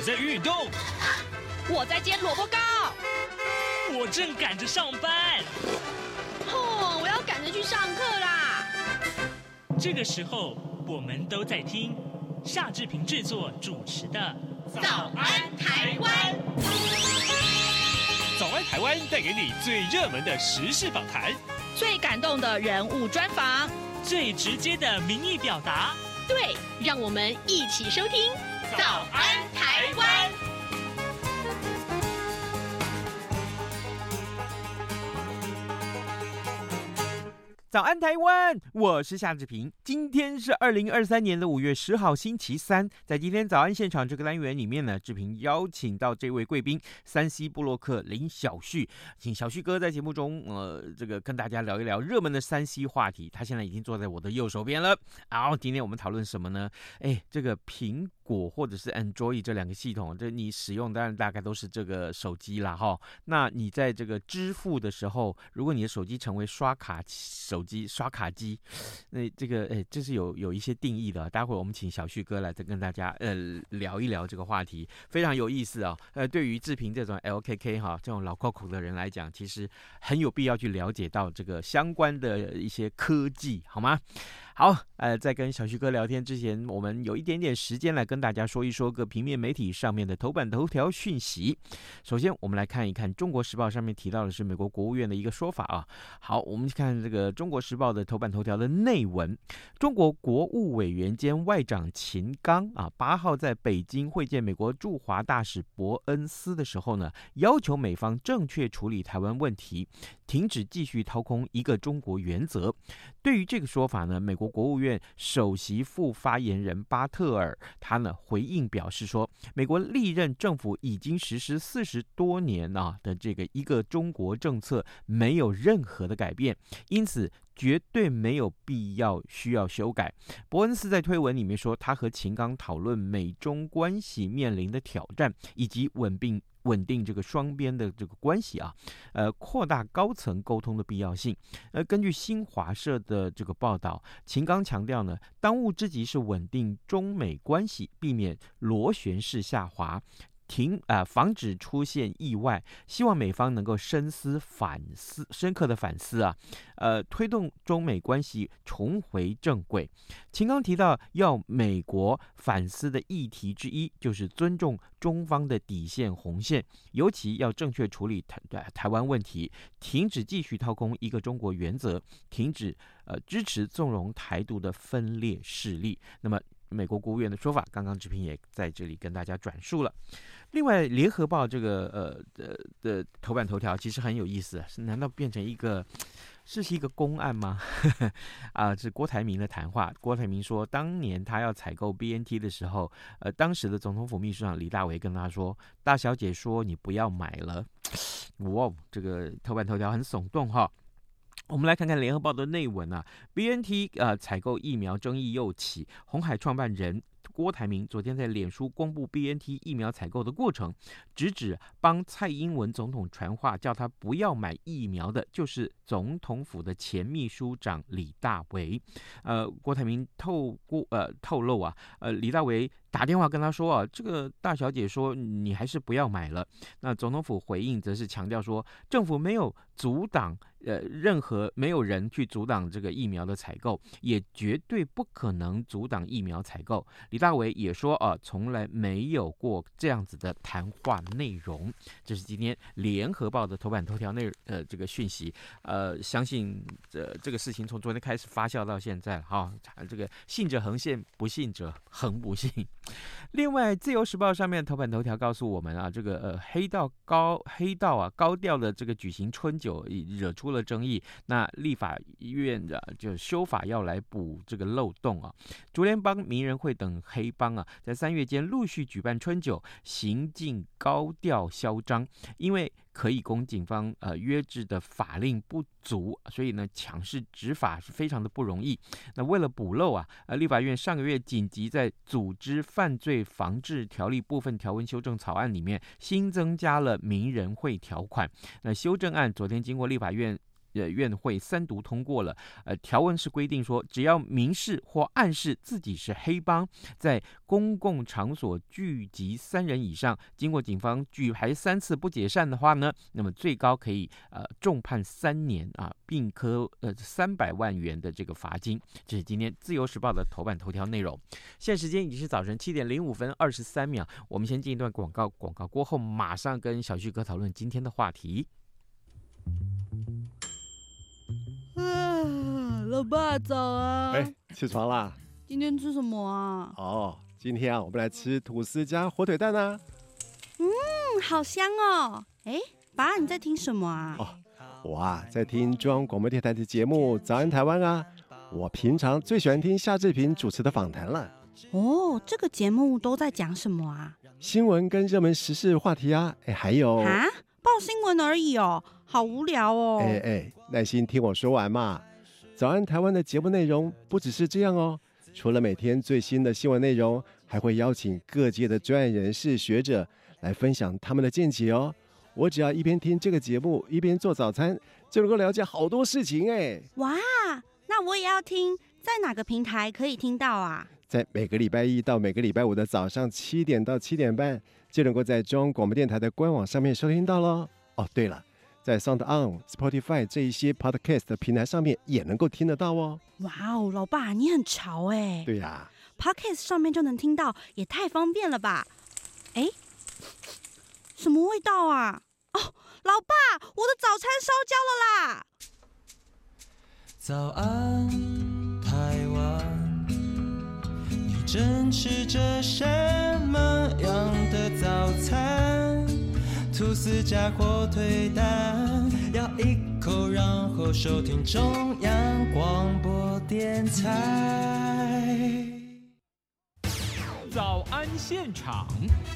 在运动， 我在煎萝卜糕， 我正赶着上班。 我要赶着去上课啦。 这个时候，我们都在听夏志平制作主持的《 早安台湾》。 早安台湾带给你最热门的时事访谈， 最感动的人物专访， 最直接的民意表达。 对，让我们一起收听《早安台湾》。 早安台湾，我是夏志平。今天是2023年5月10号星期三，在今天早安现场这个单元里面呢，志平邀请到这位贵宾3C 部落客林小旭，请小旭哥在节目中这个跟大家聊一聊热门的3C 话题。他现在已经坐在我的右手边了。好，今天我们讨论什么呢？这个苹果或者是 Android 这两个系统，这你使用当然大概都是这个手机啦哈。那你在这个支付的时候，如果你的手机成为刷卡机，那这个这是有一些定义的。待会儿我们请小旭哥来再跟大家聊一聊这个话题，非常有意思啊。对于志平这种 LKK 哈这种老扣扣的人来讲，其实很有必要去了解到这个相关的一些科技，好吗？好，在跟小旭哥聊天之前，我们有一点点时间来跟大家说一说各平面媒体上面的头版头条讯息。首先，我们来看一看《中国时报》上面提到的是美国国务院的一个说法啊。好，我们看这个《中国时报》的头版头条的内文。中国国务委员兼外长秦刚8号在北京会见美国驻华大使伯恩斯的时候呢，要求美方正确处理台湾问题，停止继续掏空一个中国原则。对于这个说法呢，美国国务院首席副发言人巴特尔他呢回应表示说，美国历任政府已经实施40多年的这个一个中国政策没有任何的改变，因此绝对没有必要需要修改。伯恩斯在推文里面说，他和秦刚讨论美中关系面临的挑战，以及稳定这个双边的这个关系扩大高层沟通的必要性。根据新华社的这个报道，秦刚强调呢，当务之急是稳定中美关系，避免螺旋式下滑。防止出现意外，希望美方能够深刻的反思推动中美关系重回正轨。秦刚提到，要美国反思的议题之一就是尊重中方的底线红线，尤其要正确处理台湾问题，停止继续掏空一个中国原则，停止支持纵容台独的分裂势力。那么美国国务院的说法，刚刚志平也在这里跟大家转述了。另外，《联合报》这个的头版头条其实很有意思，难道变成一个公案吗？是郭台铭的谈话。郭台铭说，当年他要采购 BNT 的时候，当时的总统府秘书长李大为跟他说：“大小姐说你不要买了。”哇，这个头版头条很耸动哈。我们来看看联合报的内文BNT 采购疫苗争议又起，鸿海创办人郭台铭昨天在脸书公布 BNT 疫苗采购的过程，直指帮蔡英文总统传话叫他不要买疫苗的就是总统府的前秘书长李大为。郭台铭透露李大为打电话跟他说这个大小姐说你还是不要买了。那总统府回应则是强调说，政府没有阻挡没有人去阻挡这个疫苗的采购，也绝对不可能阻挡疫苗采购。李大为也说从来没有过这样子的谈话内容。这是今天联合报的头版头条这个讯息。相信这个事情从昨天开始发酵到现在了这个信者恒信，不信者恒不信。另外，自由时报上面的头版头条告诉我们这个黑道高调的这个举行春酒惹出了争议。那立法院就修法要来补这个漏洞竹联帮、名人会等黑帮在3月间陆续举办春酒，行径高调嚣张，因为可以供警方约制的法令不足，所以呢强势执法是非常的不容易。那为了补漏立法院上个月紧急在组织犯罪防治条例部分条文修正草案里面新增加了名人会条款。那修正案昨天经过立法院院会3读通过了，条文是规定说，只要明示或暗示自己是黑帮，在公共场所聚集3人以上，经过警方举牌3次不解散的话呢，那么最高可以重判3年啊，并科300万元的这个罚金。这是今天自由时报的头版头条内容。现在时间已经是早晨7点05分23秒，我们先进一段广告，广告过后马上跟小旭哥讨论今天的话题。 老爸早啊！ 起床啦！ 今天吃什么啊？ 今天我们来吃吐司加火腿蛋啊！ 好香哦！爸，你在听什么啊？ 我在听中央广播电台的节目《早安台湾》啊。我平常最喜欢听夏志平主持的访谈了。 这个节目都在讲什么啊？ 新闻跟热门时事话题啊，还有报新闻而已哦，好无聊哦。 耐心听我说完嘛。早安台湾的节目内容不只是这样哦，除了每天最新的新闻内容，还会邀请各界的专业人士、学者来分享他们的见解哦。我只要一边听这个节目，一边做早餐，就能够了解好多事情哎。 哇，那我也要听，在哪个平台可以听到啊？ 在每个礼拜一到每个礼拜五的早上7点到7点半，就能够在中央广播电台的官网上面收听到咯。对了，在 SoundOn、Spotify 这一些 Podcast 的平台上面也能够听得到哦。 哇哦，老爸你很潮哎。 对呀 ，Podcast 上面就能听到，也太方便了吧？什么味道啊？老爸，我的早餐烧焦了啦！ 早安，台湾，你正吃着什么样的早餐？吐司加火腿蛋，咬一口，然后收听中央广播电台。 早安现场。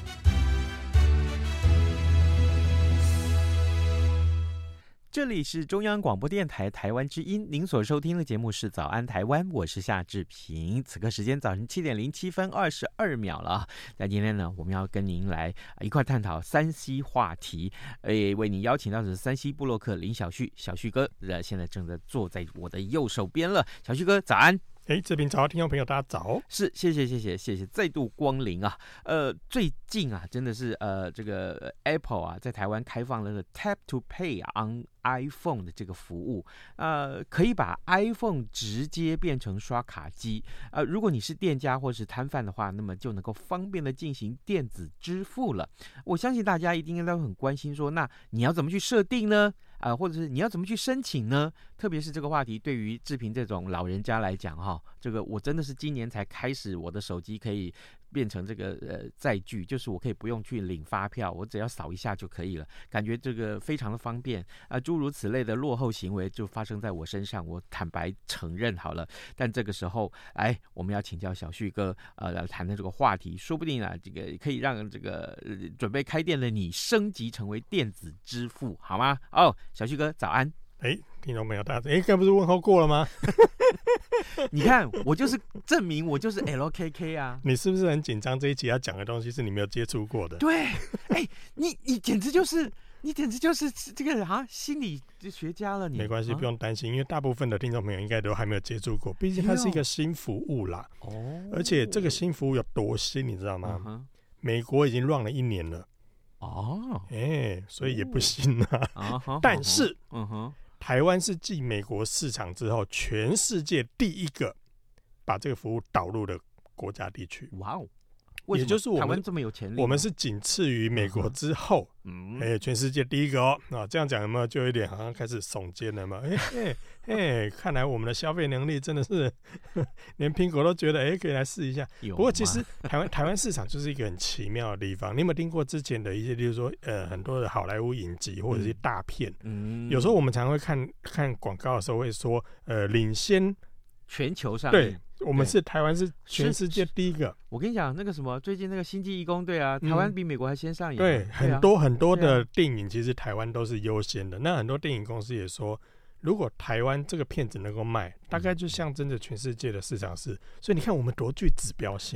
这里是中央广播电台台湾之音，您所收听的节目是早安台湾，我是夏志平。此刻时间早晨7点07分22秒了。那今天呢，我们要跟您来一块探讨3C 话题。为您邀请到的是3C 部落客林小旭，小旭哥，现在正在坐在我的右手边了。小旭哥，早安。 志平早，听众朋友大家早。 是，谢谢，再度光临啊。最近啊，真的是这个 Apple 啊，在台湾开放了Tap to Pay on iPhone 的这个服务，可以把 iPhone 直接变成刷卡机。如果你是店家或是摊贩的话，那么就能够方便的进行电子支付了。我相信大家一定都很关心说，那你要怎么去设定呢？或者是你要怎么去申请呢？特别是这个话题对于志平这种老人家来讲这个我真的是今年才开始，我的手机可以变成这个载具，就是我可以不用去领发票，我只要扫一下就可以了，感觉这个非常的方便诸如此类的落后行为就发生在我身上，我坦白承认好了。但这个时候，我们要请教小旭哥来谈的这个话题，说不定这个可以让这个准备开店的你升级成为电子支付，好吗？小旭哥早安。 听众朋友大家刚不是问候过了吗？ 你看，我就是证明我就是 LKK 啊！ 你是不是很紧张？这一集要讲的东西是你没有接触过的。 对，你简直就是这个心理学家了你。 没关系，不用担心，因为大部分的听众朋友应该都还没有接触过，毕竟它是一个新服务啦。而且这个新服务有多新，你知道吗？美国已经 run 了1年了。所以也不新啊。但是，台湾是继美国市场之后，全世界第一个把这个服务导入的国家地区。 哇哦！ 也就是我们台湾这么有潜力， 我们是仅次于美国之后，全世界第一个哦。这样讲有没有就有点好像开始耸肩了嘛？看来我们的消费能力真的是连苹果都觉得可以来试一下。不过其实台湾市场就是一个很奇妙的地方。你有没有听过之前的一些，例如说很多的好莱坞影集或者是大片？有时候我们常常会看广告的时候会说领先全球上对。我们是台湾是全世界第一个。 我跟你讲，那个什么，最近那个星际义工队啊，台湾比美国还先上映。 对，很多的电影其实台湾都是优先的。那很多电影公司也说，如果台湾这个片子能够卖，大概就象征着全世界的市场是。所以你看我们多具指标性。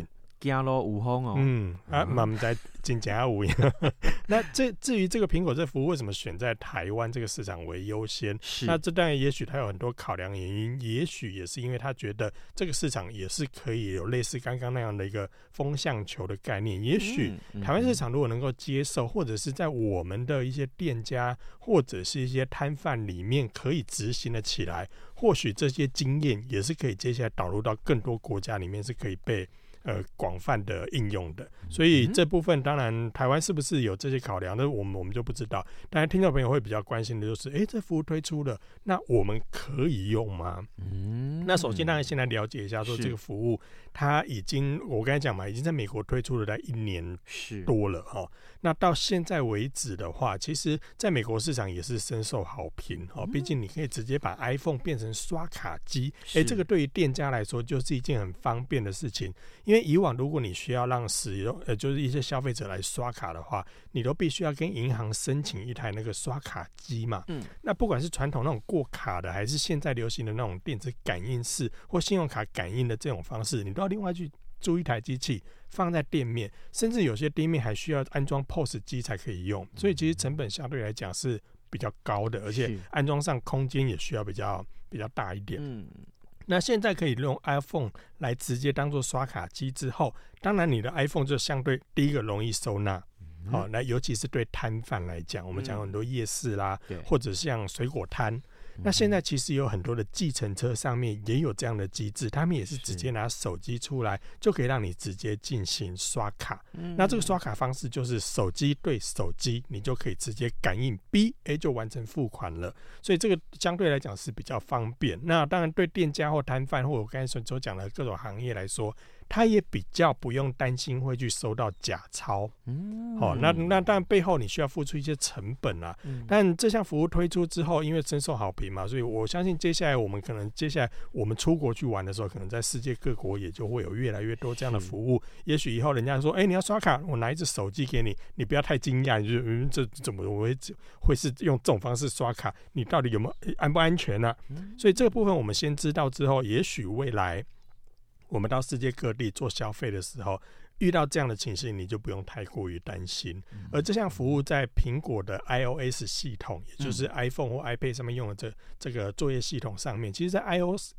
惊咯有风哦。 嘛不知真假有。那至于这个苹果这服务为什么选在台湾这个市场为优先？那这当然也许它有很多考量原因，也许也是因为他觉得这个市场也是可以有类似刚刚那样的一个风向球的概念。也许台湾市场如果能够接受，或者是在我们的一些店家或者是一些摊贩里面可以执行的起来，或许这些经验也是可以接下来导入到更多国家里面，是可以被广泛的应用的。所以这部分当然台湾是不是有这些考量，那我们就不知道。当然听众朋友会比较关心的就是，这服务推出了，那我们可以用吗？那首先当然先来了解一下说这个服务它已经，我刚才讲嘛，已经在美国推出了大概1年多了齁。那到现在为止的话，其实在美国市场也是深受好评齁。毕竟你可以直接把 iPhone 变成刷卡机，这个对于店家来说就是一件很方便的事情。因为以往如果你需要让使用就是一些消费者来刷卡的话，你都必须要跟银行申请一台那个刷卡机嘛。那不管是传统那种过卡的，还是现在流行的那种电子感应式或信用卡感应的这种方式，你都要另外去租一台机器放在店面，甚至有些店面还需要安装 POS 机才可以用。所以其实成本相对来讲是比较高的，而且安装上空间也需要比较大一点。那现在可以用 iPhone 来直接当做刷卡机之后，当然你的 iPhone 就相对第一个容易收纳。那尤其是对摊贩来讲，我们讲很多夜市啦，或者像水果摊，那现在其实有很多的计程车上面也有这样的机制，他们也是直接拿手机出来就可以让你直接进行刷卡。那这个刷卡方式就是手机对手机，你就可以直接感应 B， 就完成付款了。所以这个相对来讲是比较方便。那当然对店家或摊贩或我刚才所讲的各种行业来说，他也比较不用担心会去收到假钞。那当然背后你需要付出一些成本啦。但这项服务推出之后，因为深受好评嘛，所以我相信接下来我们出国去玩的时候，可能在世界各国也就会有越来越多这样的服务。也许以后人家说你要刷卡，我拿一只手机给你，你不要太惊讶，你就这怎么我会是用这种方式刷卡，你到底有没有安不安全呢？所以这个部分我们先知道之后，也许未来我们到世界各地做消费的时候，遇到这样的情形，你就不用太过于担心。而这项服务在苹果的 iOS 系统，也就是 iPhone 或 iPad 上面用的这个作业系统上面，其实在 iOS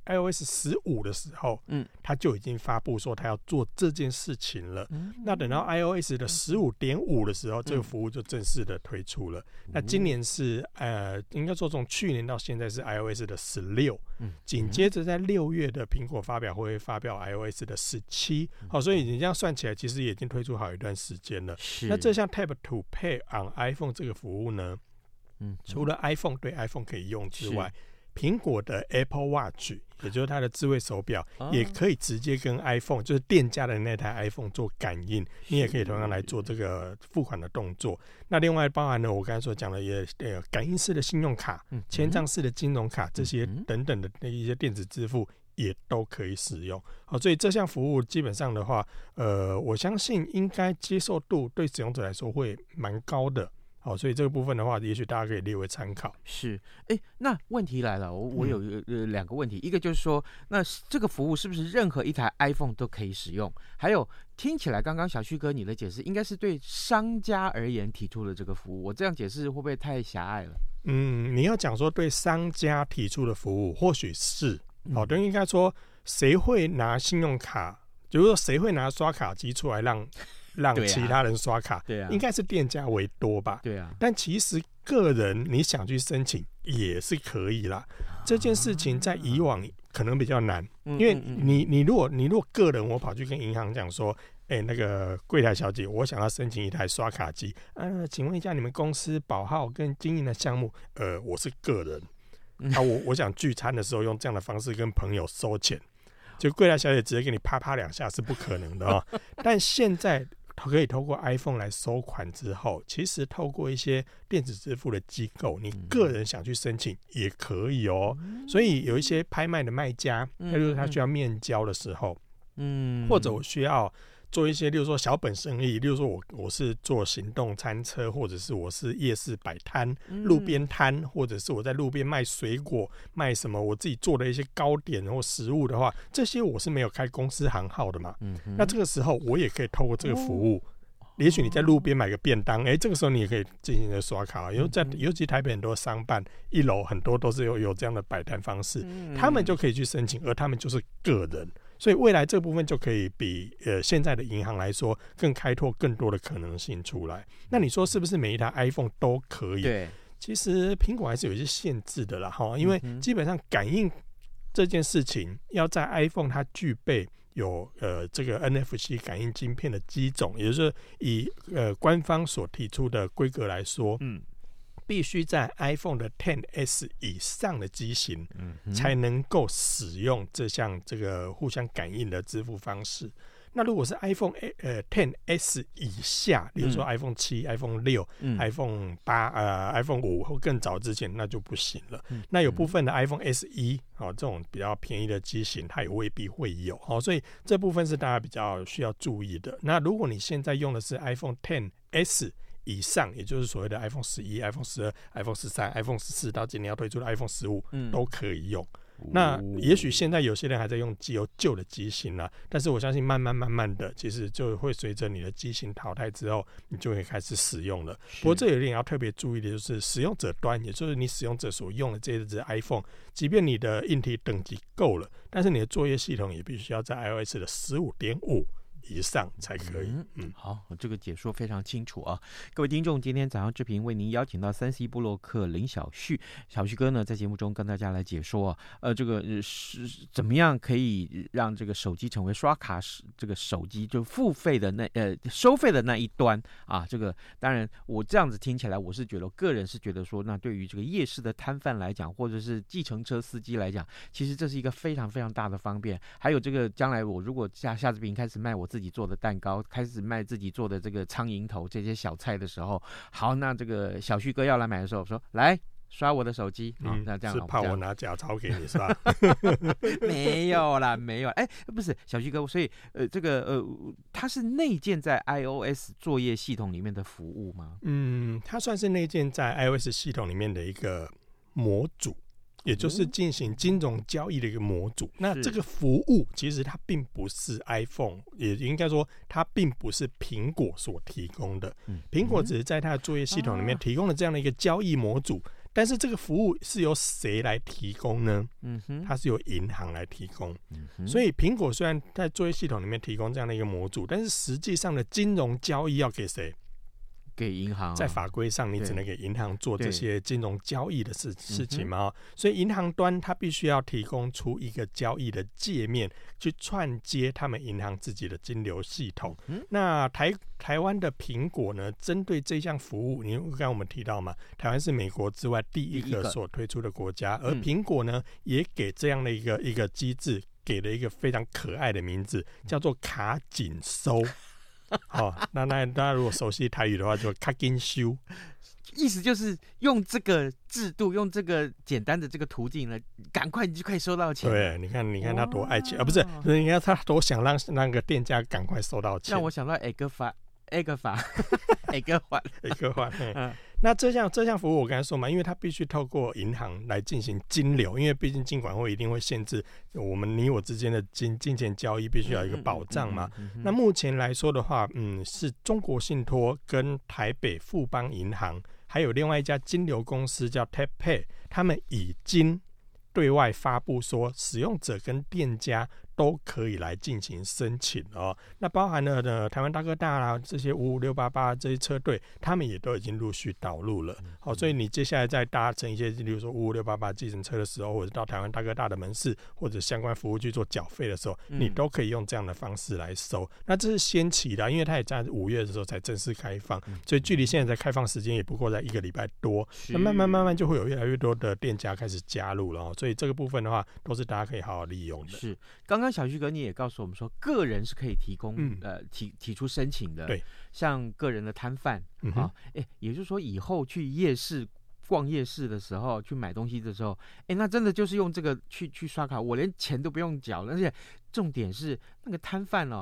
15的时候，它就已经发布说它要做这件事情了。那等到 iOS 的 15.5 的时候，这个服务就正式的推出了。那今年是应该说从去年到现在是 iOS 的16，紧接着在6月的苹果发表会发表 iOS 的17。所以你这样算起来，其实也已经推出好一段时间了。那这项 Tap to Pay on iPhone 这个服务呢，除了 iPhone 对 iPhone 可以用之外，苹果的 Apple Watch， 也就是它的智慧手表，也可以直接跟 iPhone， 就是店家的那台 iPhone 做感应，你也可以同样来做这个付款的动作。那另外包含了我刚才所讲的也感应式的信用卡、签账式的金融卡这些等等的一些电子支付也都可以使用。所以这项服务基本上的话，我相信应该接受度对使用者来说会蛮高的。所以这个部分的话，也许大家可以列为参考。 是，那问题来了，我有2个问题，一个就是说，那这个服务是不是任何一台 iPhone 都可以使用？还有，听起来刚刚小旭哥你的解释应该是对商家而言提出的这个服务，我这样解释会不会太狭隘了？ 你要讲说对商家提出的服务，或许是，对，应该说谁会拿信用卡，就是说谁会拿刷卡机出来让其他人刷卡，应该是店家为多吧。但其实个人你想去申请也是可以啦。这件事情在以往可能比较难，因为你如果个人，我跑去跟银行讲说，那个柜台小姐，我想要申请一台刷卡机，请问一下你们公司保号跟经营的项目，我是个人，我想聚餐的时候用这样的方式跟朋友收钱，就柜台小姐直接给你啪啪2下是不可能的但现在可以透过 iPhone 来收款之后，其实透过一些电子支付的机构，你个人想去申请也可以所以有一些拍卖的卖家，例如他需要面交的时候，或者我需要做一些，例如说小本生意，例如说我是做行动餐车，或者是我是夜市摆摊、路边摊，或者是我在路边卖水果、卖什么我自己做的一些糕点或食物的话，这些我是没有开公司行号的嘛。那这个时候我也可以透过这个服务。也许你在路边买个便当，这个时候你也可以进行的刷卡，因为尤其台北很多商办一楼很多都是有这样的摆摊方式，他们就可以去申请，而他们就是个人，所以未来这部分就可以比现在的银行来说更开拓更多的可能性出来。那你说是不是每一台 iPhone 都可以？ 对， 其实苹果还是有一些限制的啦，因为基本上感应这件事情要在 iPhone 它具备有这个 NFC 感应晶片的机种，也就是以官方所提出的规格来说，必须在 iPhone 的 XS 以上的机型，才能够使用这项这个互相感应的支付方式。那如果是 iPhone XS 以下，比如说 iPhone 7、iPhone 6、iPhone 8、iPhone 5或更早之前，那就不行了。那有部分的 iPhone SE 这种比较便宜的机型，它也未必会有。所以这部分是大家比较需要注意的。那如果你现在用的是 iPhone XS 以上，也就是所谓的 iPhone 11、iPhone 12、iPhone 13、iPhone 14到今年要推出的 iPhone 15，都可以用。那也许现在有些人还在用旧的机型啦，但是我相信慢慢的，其实就会随着你的机型淘汰之后，你就会开始使用了。不过这有点要特别注意的就是使用者端，也就是你使用者所用的这支 iPhone， 即便你的硬体等级够了，但是你的作业系统也必须要在 iOS 的 15.5以上才可以。 好，这个解说非常清楚啊！各位听众，今天早上志平为您邀请到3C 部落客林小旭，小旭哥呢在节目中跟大家来解说这个是怎么样可以让这个手机成为刷卡这个手机就付费的收费的那一端啊。这个当然我这样子听起来，我个人是觉得说，那对于这个夜市的摊贩来讲，或者是计程车司机来讲，其实这是一个非常非常大的方便。还有这个将来我如果下志平开始卖我自己做的蛋糕，开始卖自己做的这个苍蝇头这些小菜的时候，好，那这个小旭哥要来买的时候，我说来刷我的手机，那这样是怕我拿假钞给你是吧？ 没有啦，没有，不是小旭哥，所以这个它是内建在 iOS 作业系统里面的服务吗？ 它算是内建在 iOS 系统里面的一个模组。也就是进行金融交易的一个模组。那这个服务其实它并不是 iPhone， 也应该说它并不是苹果所提供的。苹果只是在它的作业系统里面提供了这样的一个交易模组，但是这个服务是由谁来提供呢？它是由银行来提供。所以苹果虽然在作业系统里面提供这样的一个模组，但是实际上的金融交易要给谁？ 给银行。 在法规上你只能给银行做这些金融交易的事情嘛。所以银行端它必须要提供出一个交易的界面，去串接他们银行自己的金流系统。那台湾的苹果呢，针对这项服务，你刚刚我们提到嘛，台湾是美国之外第一个所推出的国家，而苹果呢也给这样的一个机制给了一个非常可爱的名字，叫做卡紧收。那大家如果熟悉台语的话，就卡紧收， 意思就是用这个制度，用这个简单的这个途径呢，赶快你就可以收到钱。 对，你看他多爱钱不是？你看他多想让那个店家赶快收到钱。 让我想到 egg 法。 那这项服务我刚才说嘛，因为它必须透过银行来进行金流，因为毕竟金管会一定会限制你我之间的金钱交易必须要有一个保障嘛。那目前来说的话，是中国信托跟台北富邦银行，还有另外一家金流公司叫 TapPay， 他们已经对外发布说，使用者跟店家都可以来进行申请哦。那包含了台湾大哥大啦，这些55688这些车队，他们也都已经陆续导入了。所以你接下来再搭乘一些，例如说55688计程车的时候，或者到台湾大哥大的门市或者相关服务去做缴费的时候，你都可以用这样的方式来收。那这是先期的，因为它也在5月的时候才正式开放，所以距离现在的开放时间也不过在1个礼拜多。那慢慢就会有越来越多的店家开始加入了。所以这个部分的话，都是大家可以好好利用的。 是，刚刚小旭哥你也告诉我们说，个人是可以提供提出申请的。 对， 像个人的摊贩也就是说以后去夜市逛夜市的时候，去买东西的时候，那真的就是用这个去刷卡，我连钱都不用缴，而且重点是那个摊贩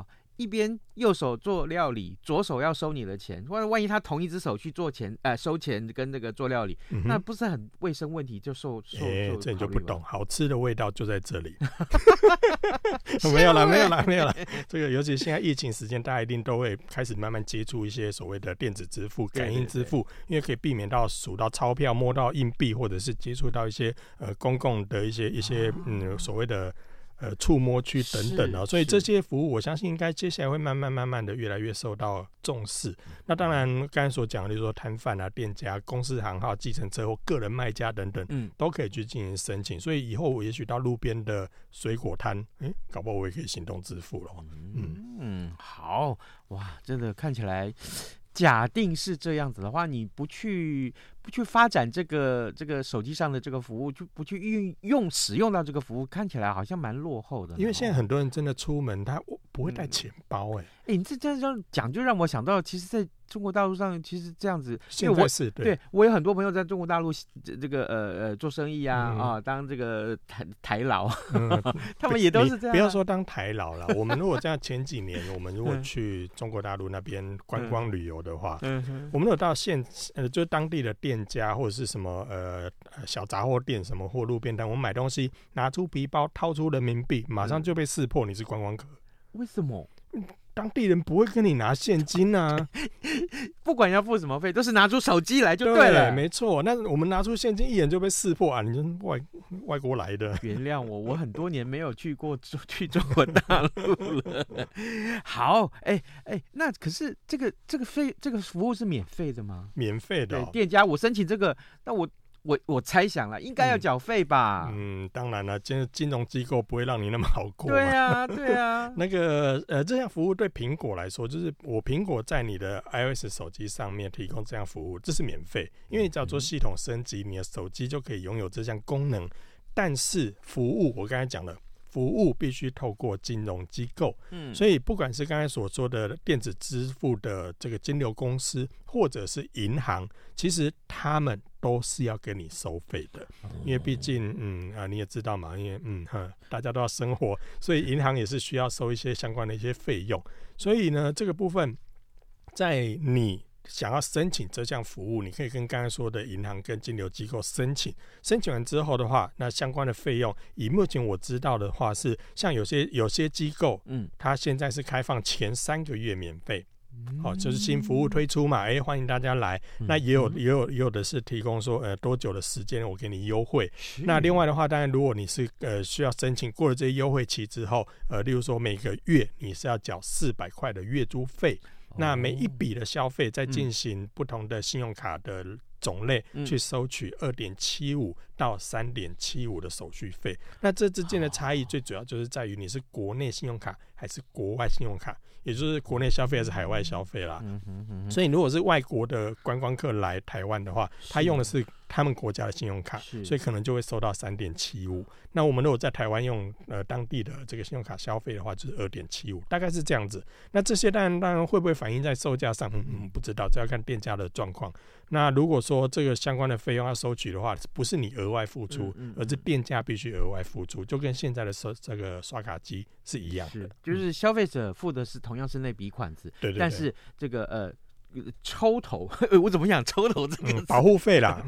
一边右手做料理，左手要收你的钱，万一他同一只手去做收钱跟那个做料理，那不是很卫生问题就受这你就不懂，好吃的味道就在这里。没有啦，这个尤其现在疫情时间，大家一定都会开始慢慢接触一些所谓的电子支付、感应支付，因为可以避免到数到钞票、摸到硬币，或者是接触到一些公共的一些所谓的触摸区等等啊，所以这些服务我相信应该接下来会慢慢的越来越受到重视。那当然刚才所讲的就是说摊贩啊、店家、公司行号、计程车或个人卖家等等，都可以去进行申请。所以以后我也许到路边的水果摊，搞不好我也可以行动支付了。 好哇，真的看起来。假定是这样子的话，你不去发展这个手机上的这个服务，就不去使用到这个服务，看起来好像蛮落后的。 因为现在很多人真的出门他不会带钱包你这样讲就让我想到，其实在中国大陆上其实这样子， 现在是对我有很多朋友在中国大陆这个做生意啊，当这个台劳，他们也都是这样。 不要说当台劳了，我们如果这样前几年，我们如果去中国大陆那边观光旅游的话，我们有到就是当地的店家或者是什么小杂货店什么或路边摊，我们买东西拿出皮包掏出人民币，马上就被识破你是观光客。 为什么？ 当地人不会跟你拿现金啊， 不管要付什么费，都是拿出手机来就对了。 对，没错。那我们拿出现金，一眼就被识破啊！你就是外国来的。 原谅我很多年没有去中国大陆了。好，那可是这个服务是免费的吗？ 免费的。 对，店家我申请这个，那我猜想了，应该要缴费吧？ 当然了，金融机构不会让你那么好过嘛。 对啊。 那个这项服务对苹果来说，就是我苹果在你的 iOS 手机上面提供这项服务，这是免费，因为你只要做系统升级，你的手机就可以拥有这项功能。但是服务，我刚才讲了。服务必须透过金融机构，所以不管是刚才所说的电子支付的这个金流公司，或者是银行，其实他们都是要跟你收费的，因为毕竟你也知道嘛，因为大家都要生活，所以银行也是需要收一些相关的一些费用，所以呢，这个部分在你想要申请这项服务，你可以跟刚才说的银行跟金流机构申请完之后的话，那相关的费用，以目前我知道的话是，像有些机构，它现在是开放前3个月免费，就是新服务推出嘛，欢迎大家来。那也有的是提供说，多久的时间我给你优惠。那另外的话，当然如果你是需要申请过了这些优惠期之后，例如说每个月你是要缴400块的月租费。那每一笔的消费再进行不同的信用卡的种类去收取 2.75 到 3.75 的手续费。那这之间的差异最主要就是在于你是国内信用卡还是国外信用卡，也就是国内消费还是海外消费啦。所以如果是外国的观光客来台湾的话，他用的是他们国家的信用卡，所以可能就会收到 3.75。那我们如果在台湾用当地的这个信用卡消费的话，就是 2.75， 大概是这样子。那这些当然会不会反映在售价上，不知道，这要看店家的状况。那如果说这个相关的费用要收取的话，不是你额外付出，而是店家必须额外付出，就跟现在的这个刷卡机是一样的。 就是消费者付的是同样是那笔款子， 对， 但是这个抽头，我怎么想抽头这个保护费啦？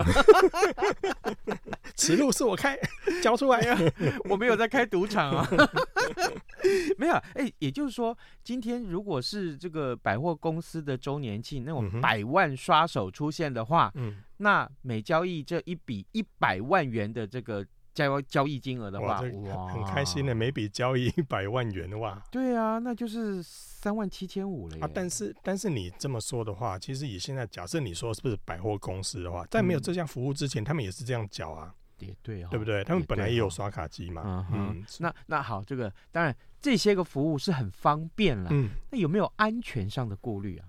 此路是我开，交出来呀！ 我没有在开赌场啊，没有。也就是说，今天如果是这个百货公司的周年庆那种100万刷手出现的话，那每交易这一笔100万元的这个交易金额的话， 哇，很开心的，每笔交易100万元，哇！ 对啊，那就是37500了耶。 但是你这么说的话，其实以现在假设你说是不是百货公司的话，在没有这项服务之前，他们也是这样缴啊。 也对哦， 对不对？他们本来也有刷卡机嘛。 那好，这个当然这些个服务是很方便啦。那有没有安全上的顾虑啊？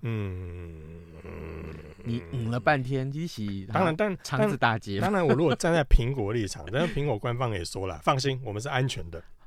你了半天，一起当然肠子打结。 当然，我如果站在苹果立场，但是苹果官方也说了，放心，我们是安全的。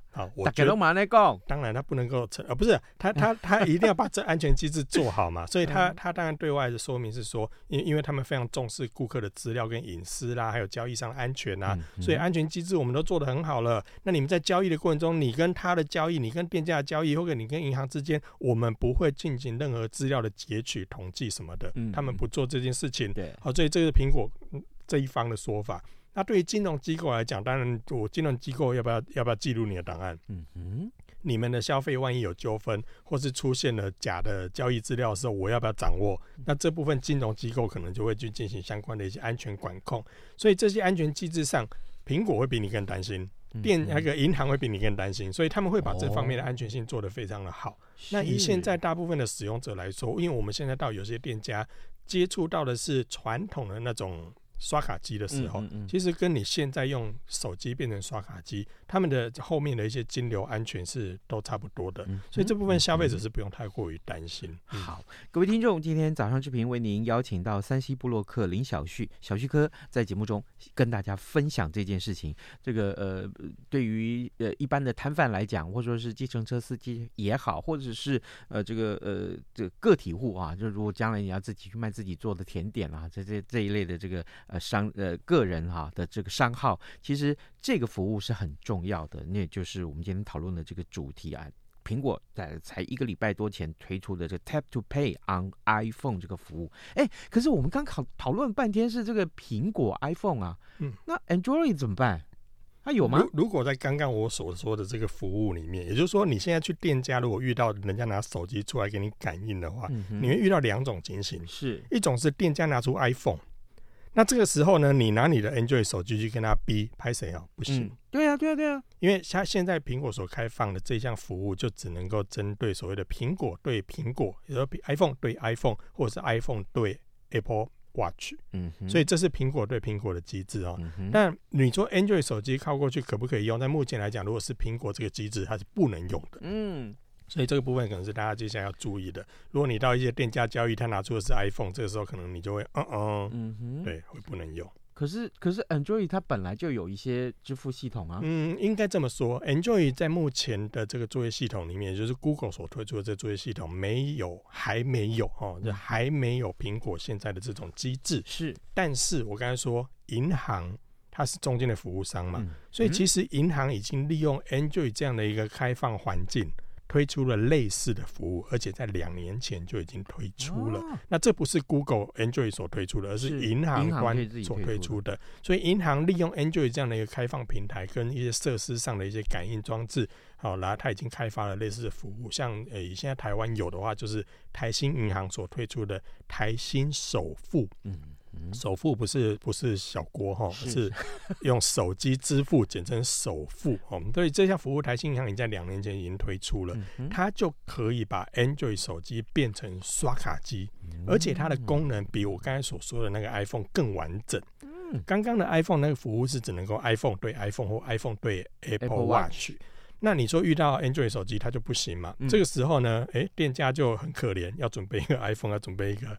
好，我大家都嘛在讲， 当然他不能够不是他一定要把这安全机制做好嘛，所以他当然对外的说明是说，因为他们非常重视顾客的资料跟隐私啦，还有交易上的安全啊，所以安全机制我们都做得很好了。那你们在交易的过程中，你跟他的交易，你跟店家的交易，或者你跟银行之间，我们不会进行任何资料的截取、统计什么的，他们不做这件事情。 对， 好，所以这是苹果这一方的说法。那对于金融机构来讲，当然我金融机构要不要记录你的档案？你们的消费万一有纠纷，或是出现了假的交易资料的时候，我要不要掌握？那这部分金融机构可能就会去进行相关的一些安全管控。所以这些安全机制上，苹果会比你更担心，那个银行会比你更担心，所以他们会把这方面的安全性做得非常的好。那以现在大部分的使用者来说，因为我们现在到有些店家接触到的是传统的那种刷卡机的时候，其实跟你现在用手机变成刷卡机，他们的后面的一些金流安全是都差不多的，所以这部分消费者是不用太过于担心。 好，各位听众，今天早上视频为您邀请到山西部落客林小旭哥在节目中跟大家分享这件事情。这个对于一般的摊贩来讲，或者说是计程车司机也好，或者是这个个体户啊，就如果将来你要自己去卖自己做的甜点啊，这一类的这个个人的这个商号，其实这个服务是很重要的。那也就是我们今天讨论的这个主题啊。苹果才1个礼拜多前推出的这个 Tap to Pay on iPhone 这个服务，可是我们刚讨论半天是这个苹果 iPhone 啊，那 Android 怎么办？它有吗？ 如果在刚刚我所说的这个服务里面，也就是说你现在去店家，如果遇到人家拿手机出来给你感应的话，你会遇到2种情形，是一种是店家拿出 iPhone。那这个时候呢，你拿你的 Android 手机去跟他逼拍谁啊？不行。 对啊， 因为他现在苹果所开放的这项服务，就只能够针对所谓的苹果对苹果，也就是 iPhone 对 iPhone， 或者是 iPhone 对 Apple Watch。所以这是苹果对苹果的机制哦。但你说 Android 手机靠过去可不可以用？在目前来讲，如果是苹果这个机制，它是不能用的。所以这个部分可能是大家接下来要注意的。如果你到一些店家交易，他拿出的是 iPhone， 这个时候可能你就会对，会不能用。可是 Android 它本来就有一些支付系统啊。 应该这么说 ，Android 在目前的这个作业系统里面，也就是 Google 所推出的这个作业系统，还没有就还没有苹果现在的这种机制。是，但是我刚才说银行它是中间的服务商嘛，所以其实银行已经利用 Android 这样的一个开放环境，推出了类似的服务，而且在2年前就已经推出了。那这不是 Google Android 所推出的，而是银行端所推出的。所以银行利用 Android 这样的一个开放平台，跟一些设施上的一些感应装置，然后它已经开发了类似的服务。像现在台湾有的话，就是台新银行所推出的台新首付。首付不是小锅是用手机支付，简称首付。所以这项服务台新银行已经在2年前已经推出了，它就可以把 Android 手机变成刷卡机，而且它的功能比我刚才所说的那个 iPhone 更完整。刚刚的 iPhone 那个服务是只能够 iPhone 对 iPhone 或 iPhone 对 Apple Watch。那你说遇到 Android 手机它就不行嘛？这个时候呢，店家就很可怜，要准备一个 iPhone， 要准备一个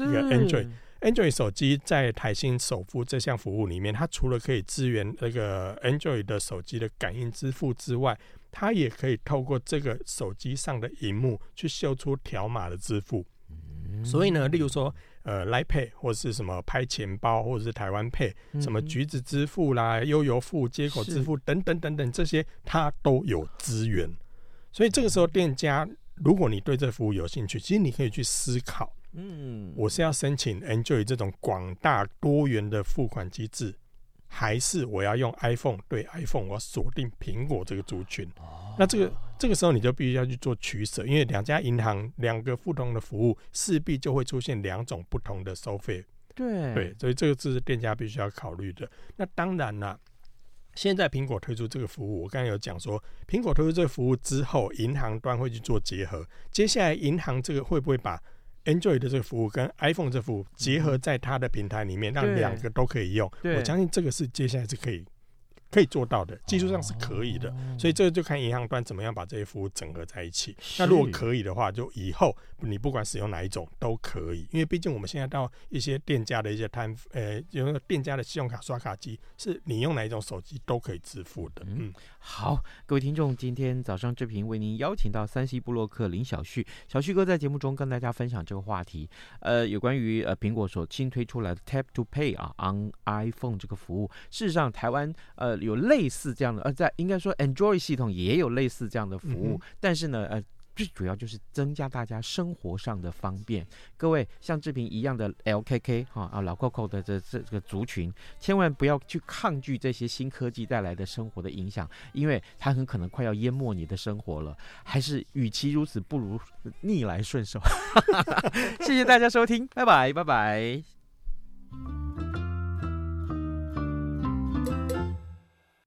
Android 手机。在台新首付这项服务里面，它除了可以支援那个 Android 的手机的感应支付之外，它也可以透过这个手机上的萤幕去秀出条码的支付。所以呢，例如说Line Pay 或是什么拍钱包，或者是台湾 Pay，什么橘子支付啦、悠游付、街口支付等等等等，这些它都有资源。所以这个时候店家，如果你对这服务有兴趣，其实你可以去思考，我是要申请 Android 这种广大多元的付款机制，还是我要用 iPhone 对 iPhone， 我要锁定苹果这个族群。那这个时候你就必须要去做取舍，因为2家银行2个不同的服务，势必就会出现2种不同的收费。对，所以这个是店家必须要考虑的。那当然啦，现在苹果推出这个服务，我刚才有讲说，苹果推出这个服务之后，银行端会去做结合。接下来银行这个会不会把 Android 的这个服务跟 iPhone 这个服务结合在它的平台里面，让2个都可以用？我相信这个是接下来是可以可以做到的，技术上是可以的，所以这个就看银行端怎么样把这些服务整合在一起。那如果可以的话，就以后你不管使用哪一种都可以，因为毕竟我们现在到一些店家的一些有店家的信用卡刷卡机，是你用哪一种手机都可以支付的。 好，各位听众，今天早上志平为您邀请到3C部落客林小旭，小旭哥在节目中跟大家分享这个话题，有关于苹果所新推出来的 Tap to Pay on iPhone 这个服务。事实上，台湾有类似这样的，在应该说 Android 系统也有类似这样的服务，但是呢，最主要就是增加大家生活上的方便。各位像志平一样的 LKK 老 Coco 的这个族群，千万不要去抗拒这些新科技带来的生活的影响，因为它很可能快要淹没你的生活了。还是与其如此，不如逆来顺受。谢谢大家收听，拜拜，拜拜。